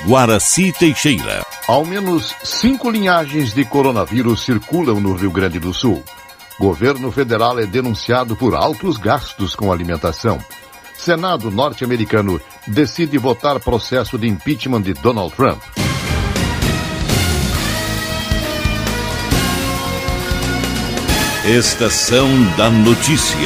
Guaraci Teixeira. Ao menos 5 linhagens de coronavírus circulam no Rio Grande do Sul. Governo federal é denunciado por altos gastos com alimentação. Senado norte-americano decide votar processo de impeachment de Donald Trump. Estação da Notícia.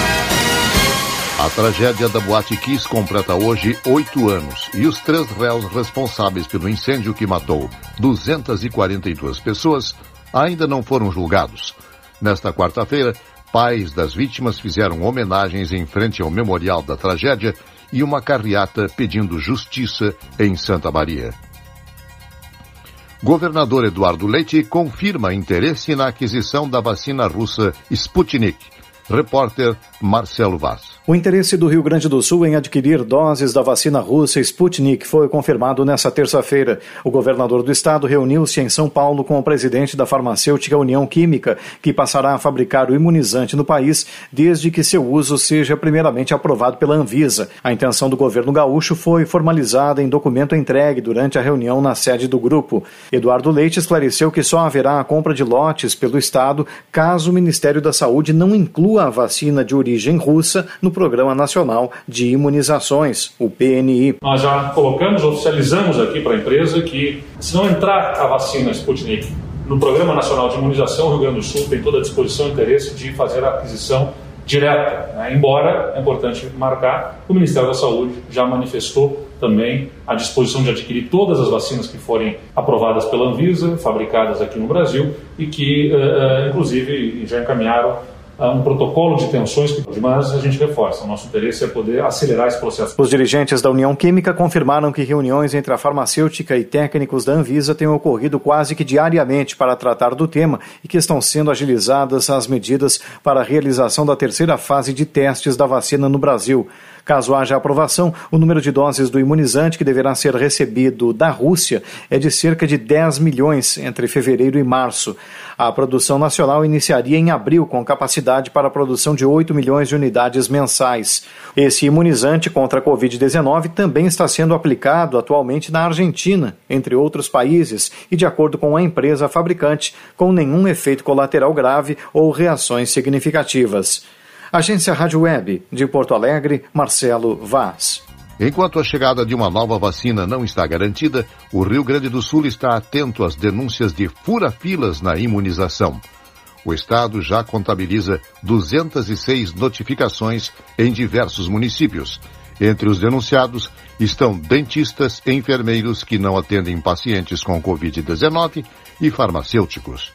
A tragédia da Boate Kiss completa hoje 8 anos e os 3 réus responsáveis pelo incêndio que matou 242 pessoas ainda não foram julgados. Nesta quarta-feira, pais das vítimas fizeram homenagens em frente ao memorial da tragédia e uma carreata pedindo justiça em Santa Maria. Governador Eduardo Leite confirma interesse na aquisição da vacina russa Sputnik. Repórter Marcelo Vaz. O interesse do Rio Grande do Sul em adquirir doses da vacina russa Sputnik foi confirmado nesta terça-feira. O governador do estado reuniu-se em São Paulo com o presidente da farmacêutica União Química, que passará a fabricar o imunizante no país desde que seu uso seja primeiramente aprovado pela Anvisa. A intenção do governo gaúcho foi formalizada em documento entregue durante a reunião na sede do grupo. Eduardo Leite esclareceu que só haverá a compra de lotes pelo estado caso o Ministério da Saúde não inclua a vacina de origem russa no Programa Nacional de Imunizações, o PNI. Nós já oficializamos aqui para a empresa que, se não entrar a vacina Sputnik no Programa Nacional de Imunização, o Rio Grande do Sul tem toda a disposição e interesse de fazer a aquisição direta. Embora, é importante marcar, o Ministério da Saúde já manifestou também a disposição de adquirir todas as vacinas que forem aprovadas pela Anvisa, fabricadas aqui no Brasil e que, inclusive, já encaminharam um protocolo de tensões, mas a gente reforça. O nosso interesse é poder acelerar esse processo. Os dirigentes da União Química confirmaram que reuniões entre a farmacêutica e técnicos da Anvisa têm ocorrido quase que diariamente para tratar do tema e que estão sendo agilizadas as medidas para a realização da terceira fase de testes da vacina no Brasil. Caso haja aprovação, o número de doses do imunizante que deverá ser recebido da Rússia é de cerca de 10 milhões entre fevereiro e março. A produção nacional iniciaria em abril com capacidade para a produção de 8 milhões de unidades mensais. Esse imunizante contra a Covid-19 também está sendo aplicado atualmente na Argentina, entre outros países, e de acordo com a empresa fabricante, com nenhum efeito colateral grave ou reações significativas. Agência Rádio Web, de Porto Alegre, Marcelo Vaz. Enquanto a chegada de uma nova vacina não está garantida, o Rio Grande do Sul está atento às denúncias de fura-filas na imunização. O estado já contabiliza 206 notificações em diversos municípios. Entre os denunciados estão dentistas e enfermeiros que não atendem pacientes com Covid-19 e farmacêuticos.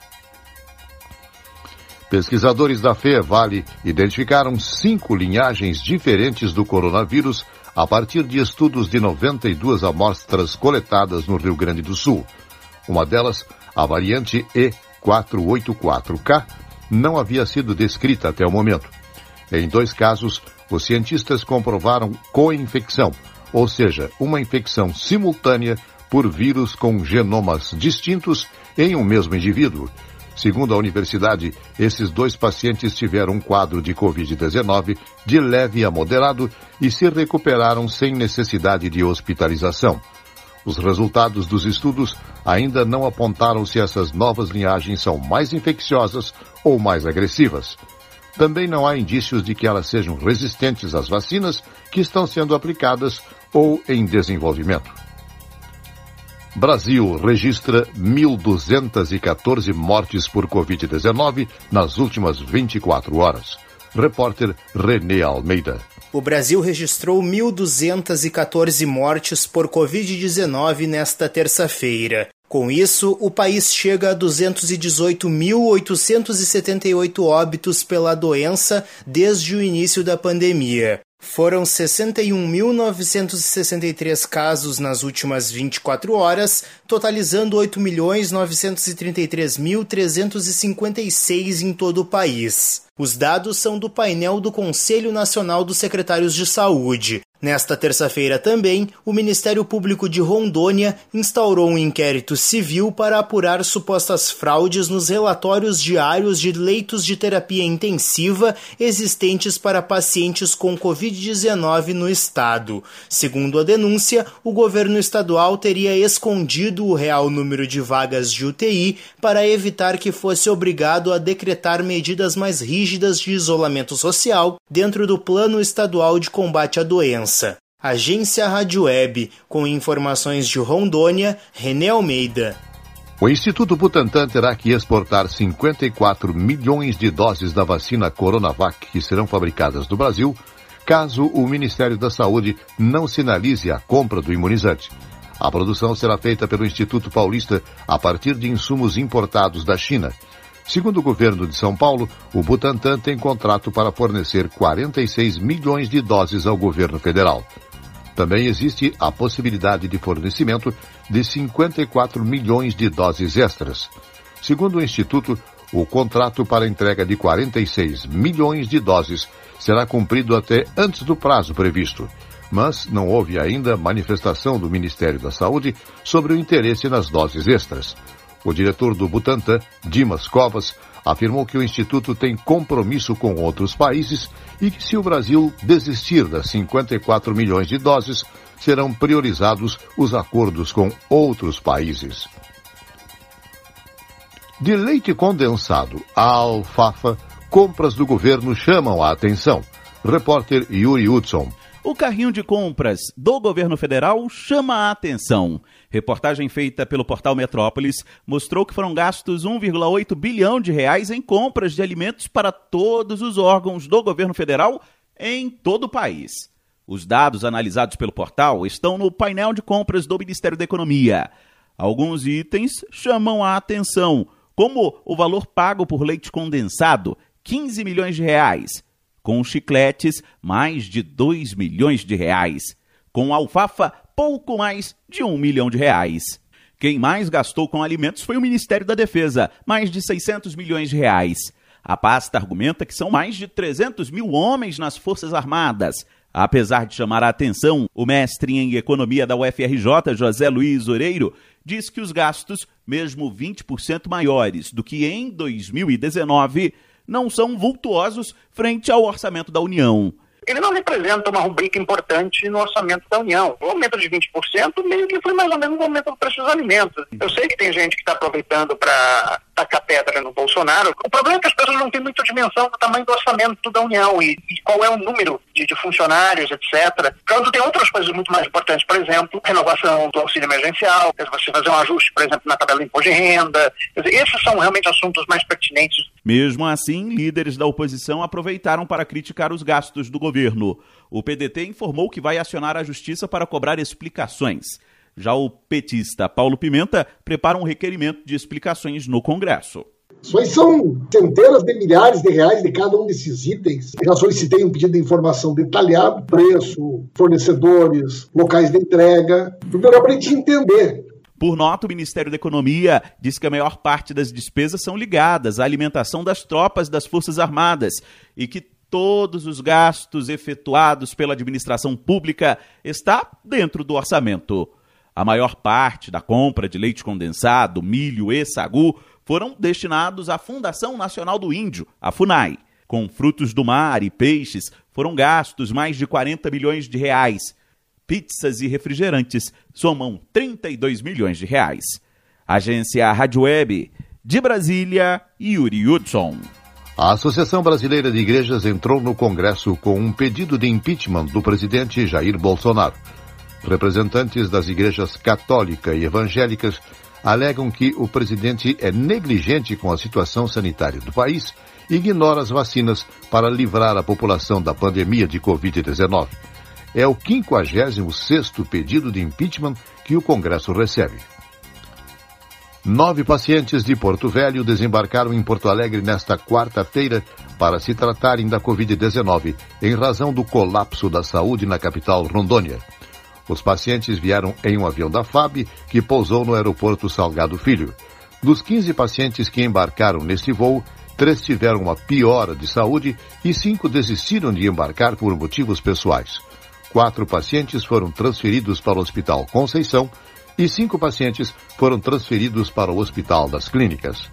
Pesquisadores da FEVALE identificaram 5 linhagens diferentes do coronavírus a partir de estudos de 92 amostras coletadas no Rio Grande do Sul. Uma delas, a variante E484K, não havia sido descrita até o momento. Em 2 casos, os cientistas comprovaram co-infecção, ou seja, uma infecção simultânea por vírus com genomas distintos em um mesmo indivíduo. Segundo a universidade, esses 2 pacientes tiveram um quadro de Covid-19 de leve a moderado e se recuperaram sem necessidade de hospitalização. Os resultados dos estudos ainda não apontaram se essas novas linhagens são mais infecciosas ou mais agressivas. Também não há indícios de que elas sejam resistentes às vacinas que estão sendo aplicadas ou em desenvolvimento. Brasil registra 1.214 mortes por Covid-19 nas últimas 24 horas. Repórter Renê Almeida. O Brasil registrou 1.214 mortes por Covid-19 nesta terça-feira. Com isso, o país chega a 218.878 óbitos pela doença desde o início da pandemia. Foram 61.963 casos nas últimas 24 horas, totalizando 8.933.356 em todo o país. Os dados são do painel do Conselho Nacional dos Secretários de Saúde. Nesta terça-feira também, o Ministério Público de Rondônia instaurou um inquérito civil para apurar supostas fraudes nos relatórios diários de leitos de terapia intensiva existentes para pacientes com Covid-19 no estado. Segundo a denúncia, o governo estadual teria escondido o real número de vagas de UTI para evitar que fosse obrigado a decretar medidas mais rígidas de isolamento social dentro do Plano Estadual de Combate à Doença. Agência Rádio Web, com informações de Rondônia, René Almeida. O Instituto Butantan terá que exportar 54 milhões de doses da vacina Coronavac que serão fabricadas no Brasil, caso o Ministério da Saúde não sinalize a compra do imunizante. A produção será feita pelo Instituto Paulista a partir de insumos importados da China. Segundo o governo de São Paulo, o Butantan tem contrato para fornecer 46 milhões de doses ao governo federal. Também existe a possibilidade de fornecimento de 54 milhões de doses extras. Segundo o Instituto, o contrato para entrega de 46 milhões de doses será cumprido até antes do prazo previsto. Mas não houve ainda manifestação do Ministério da Saúde sobre o interesse nas doses extras. O diretor do Butantan, Dimas Covas, afirmou que o Instituto tem compromisso com outros países e que, se o Brasil desistir das 54 milhões de doses, serão priorizados os acordos com outros países. De leite condensado a alfafa, compras do governo chamam a atenção. Repórter Yuri Hudson. O carrinho de compras do governo federal chama a atenção. Reportagem feita pelo portal Metrópolis mostrou que foram gastos 1,8 bilhão de reais em compras de alimentos para todos os órgãos do governo federal em todo o país. Os dados analisados pelo portal estão no painel de compras do Ministério da Economia. Alguns itens chamam a atenção, como o valor pago por leite condensado, 15 milhões de reais. Com chicletes, mais de 2 milhões de reais. Com alfafa, pouco mais de 1 milhão de reais. Quem mais gastou com alimentos foi o Ministério da Defesa, mais de 600 milhões de reais. A pasta argumenta que são mais de 300 mil homens nas Forças Armadas. Apesar de chamar a atenção, o mestre em economia da UFRJ, José Luiz Oreiro, diz que os gastos, mesmo 20% maiores do que em 2019, não são vultuosos frente ao orçamento da União. Ele não representa uma rubrica importante no orçamento da União. O aumento de 20% meio que foi mais ou menos o aumento do preço dos alimentos. Eu sei que tem gente que está aproveitando para tacar pedra no Bolsonaro. O problema é que as pessoas não têm muita dimensão do tamanho do orçamento da União e qual é o número de funcionários, etc. Quando tem outras coisas muito mais importantes, por exemplo, renovação do auxílio emergencial, você fazer um ajuste, por exemplo, na tabela de imposto de renda. Esses são realmente assuntos mais pertinentes. Mesmo assim, líderes da oposição aproveitaram para criticar os gastos do governo. O PDT informou que vai acionar a justiça para cobrar explicações. Já o petista Paulo Pimenta prepara um requerimento de explicações no Congresso. Isso são centenas de milhares de reais de cada um desses itens. Já solicitei um pedido de informação detalhado, preço, fornecedores, locais de entrega, melhor para a gente entender. Por nota, o Ministério da Economia diz que a maior parte das despesas são ligadas à alimentação das tropas das Forças Armadas e que todos os gastos efetuados pela administração pública está dentro do orçamento. A maior parte da compra de leite condensado, milho e sagu foram destinados à Fundação Nacional do Índio, a FUNAI. Com frutos do mar e peixes, foram gastos mais de 40 milhões de reais. Pizzas e refrigerantes somam 32 milhões de reais. Agência Rádio Web, de Brasília, Yuri Hudson. A Associação Brasileira de Igrejas entrou no Congresso com um pedido de impeachment do presidente Jair Bolsonaro. Representantes das igrejas católica e evangélicas alegam que o presidente é negligente com a situação sanitária do país e ignora as vacinas para livrar a população da pandemia de Covid-19. É o 56º pedido de impeachment que o Congresso recebe. 9 pacientes de Porto Velho desembarcaram em Porto Alegre nesta quarta-feira para se tratarem da Covid-19, em razão do colapso da saúde na capital Rondônia. Os pacientes vieram em um avião da FAB que pousou no aeroporto Salgado Filho. Dos 15 pacientes que embarcaram nesse voo, 3 tiveram uma piora de saúde e 5 desistiram de embarcar por motivos pessoais. 4 pacientes foram transferidos para o Hospital Conceição e 5 pacientes foram transferidos para o Hospital das Clínicas.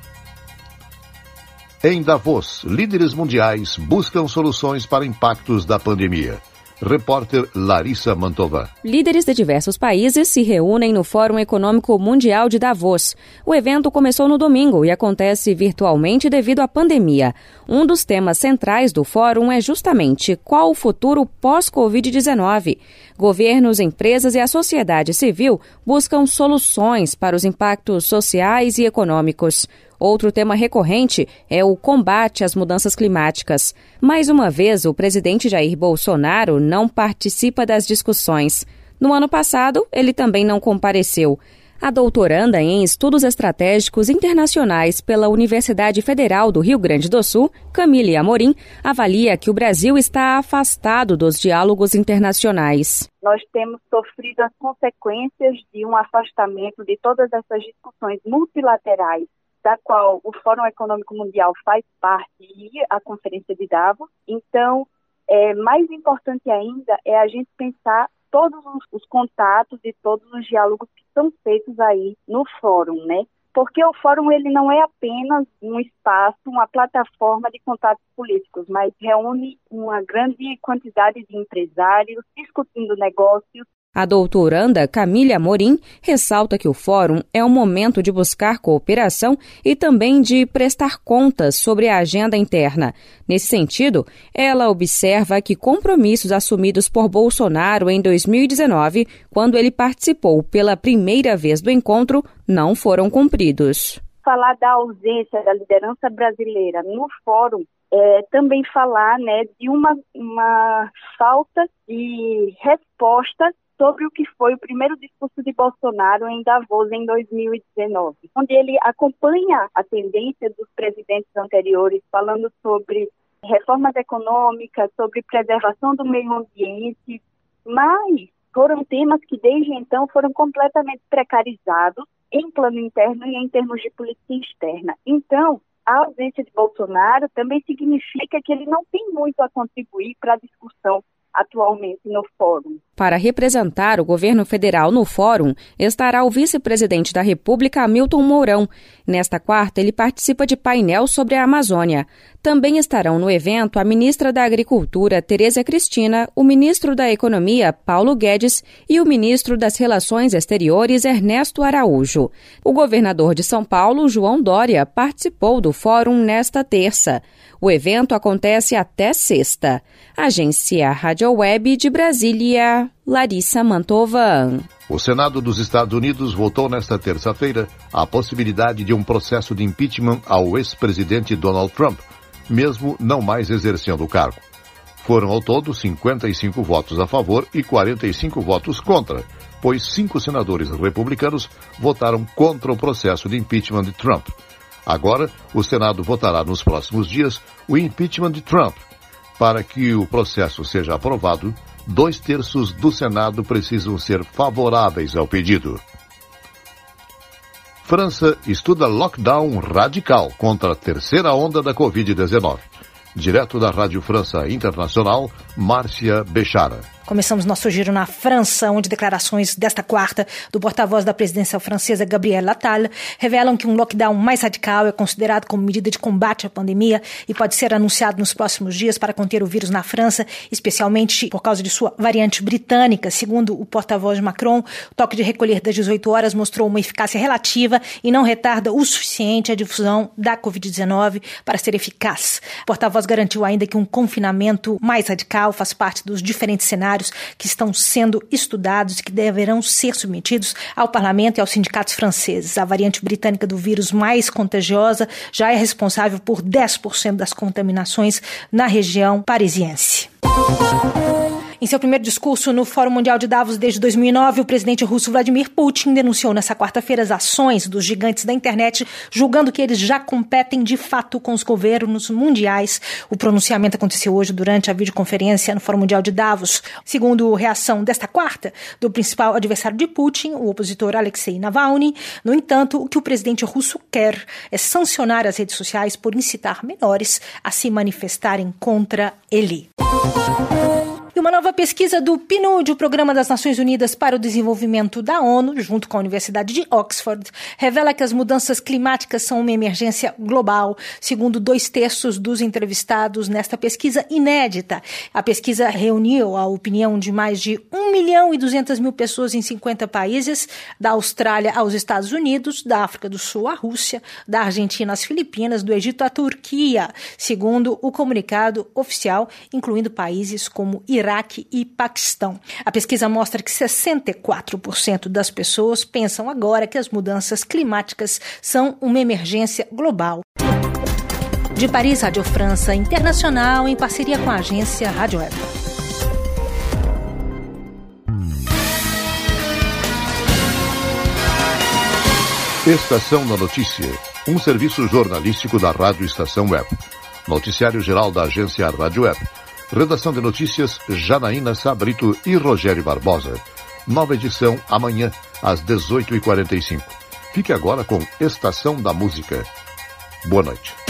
Em Davos, líderes mundiais buscam soluções para impactos da pandemia. Repórter Larissa Mantova. Líderes de diversos países se reúnem no Fórum Econômico Mundial de Davos. O evento começou no domingo e acontece virtualmente devido à pandemia. Um dos temas centrais do fórum é justamente qual o futuro pós-Covid-19. Governos, empresas e a sociedade civil buscam soluções para os impactos sociais e econômicos. Outro tema recorrente é o combate às mudanças climáticas. Mais uma vez, o presidente Jair Bolsonaro não participa das discussões. No ano passado, ele também não compareceu. A doutoranda em Estudos Estratégicos Internacionais pela Universidade Federal do Rio Grande do Sul, Camille Amorim, avalia que o Brasil está afastado dos diálogos internacionais. Nós temos sofrido as consequências de um afastamento de todas essas discussões multilaterais, da qual o Fórum Econômico Mundial faz parte e a Conferência de Davos. Então, mais importante ainda é a gente pensar todos os contatos e todos os diálogos que são feitos aí no Fórum, né? Porque o Fórum ele não é apenas um espaço, uma plataforma de contatos políticos, mas reúne uma grande quantidade de empresários discutindo negócios. A doutoranda Camille Amorim ressalta que o fórum é um momento de buscar cooperação e também de prestar contas sobre a agenda interna. Nesse sentido, ela observa que compromissos assumidos por Bolsonaro em 2019, quando ele participou pela primeira vez do encontro, não foram cumpridos. Falar da ausência da liderança brasileira no fórum também falar, né, de uma falta de resposta sobre o que foi o primeiro discurso de Bolsonaro em Davos em 2019, onde ele acompanha a tendência dos presidentes anteriores, falando sobre reformas econômicas, sobre preservação do meio ambiente, mas foram temas que desde então foram completamente precarizados em plano interno e em termos de política externa. Então, a ausência de Bolsonaro também significa que ele não tem muito a contribuir para a discussão atualmente no fórum. Para representar o governo federal no fórum, estará o vice-presidente da República, Hamilton Mourão. Nesta quarta, ele participa de painel sobre a Amazônia. Também estarão no evento a ministra da Agricultura, Tereza Cristina, o ministro da Economia, Paulo Guedes, e o ministro das Relações Exteriores, Ernesto Araújo. O governador de São Paulo, João Dória, participou do fórum nesta terça. O evento acontece até sexta. Agência Rádio Web de Brasília, Larissa Mantova. O Senado dos Estados Unidos votou nesta terça-feira a possibilidade de um processo de impeachment ao ex-presidente Donald Trump, mesmo não mais exercendo o cargo. Foram ao todo 55 votos a favor e 45 votos contra, pois 5 senadores republicanos votaram contra o processo de impeachment de Trump. Agora, o Senado votará nos próximos dias o impeachment de Trump. Para que o processo seja aprovado, 2/3 do Senado precisam ser favoráveis ao pedido. França estuda lockdown radical contra a terceira onda da Covid-19. Direto da Rádio França Internacional, Márcia Bechara. Começamos nosso giro na França, onde declarações desta quarta do porta-voz da presidência francesa, Gabriel Attal, revelam que um lockdown mais radical é considerado como medida de combate à pandemia e pode ser anunciado nos próximos dias para conter o vírus na França, especialmente por causa de sua variante britânica. Segundo o porta-voz de Macron, o toque de recolher das 18 horas mostrou uma eficácia relativa e não retarda o suficiente a difusão da Covid-19 para ser eficaz. O porta-voz garantiu ainda que um confinamento mais radical faz parte dos diferentes cenários que estão sendo estudados e que deverão ser submetidos ao parlamento e aos sindicatos franceses. A variante britânica do vírus mais contagiosa já é responsável por 10% das contaminações na região parisiense. Em seu primeiro discurso no Fórum Mundial de Davos desde 2009, o presidente russo Vladimir Putin denunciou nesta quarta-feira as ações dos gigantes da internet, julgando que eles já competem de fato com os governos mundiais. O pronunciamento aconteceu hoje durante a videoconferência no Fórum Mundial de Davos. Segundo reação desta quarta do principal adversário de Putin, o opositor Alexei Navalny, no entanto, o que o presidente russo quer é sancionar as redes sociais por incitar menores a se manifestarem contra ele. E uma nova pesquisa do PNUD, o Programa das Nações Unidas para o Desenvolvimento da ONU, junto com a Universidade de Oxford, revela que as mudanças climáticas são uma emergência global, segundo 2/3 dos entrevistados nesta pesquisa inédita. A pesquisa reuniu a opinião de mais de 1.200.000 pessoas em 50 países, da Austrália aos Estados Unidos, da África do Sul à Rússia, da Argentina às Filipinas, do Egito à Turquia, segundo o comunicado oficial, incluindo países como Iraque e Paquistão. A pesquisa mostra que 64% das pessoas pensam agora que as mudanças climáticas são uma emergência global. De Paris, Rádio França Internacional, em parceria com a agência Rádio Web. Estação da Notícia, um serviço jornalístico da Rádio Estação Web. Noticiário geral da agência Rádio Web. Redação de notícias, Janaína Sabrito e Rogério Barbosa. Nova edição amanhã, às 18h45. Fique agora com Estação da Música. Boa noite.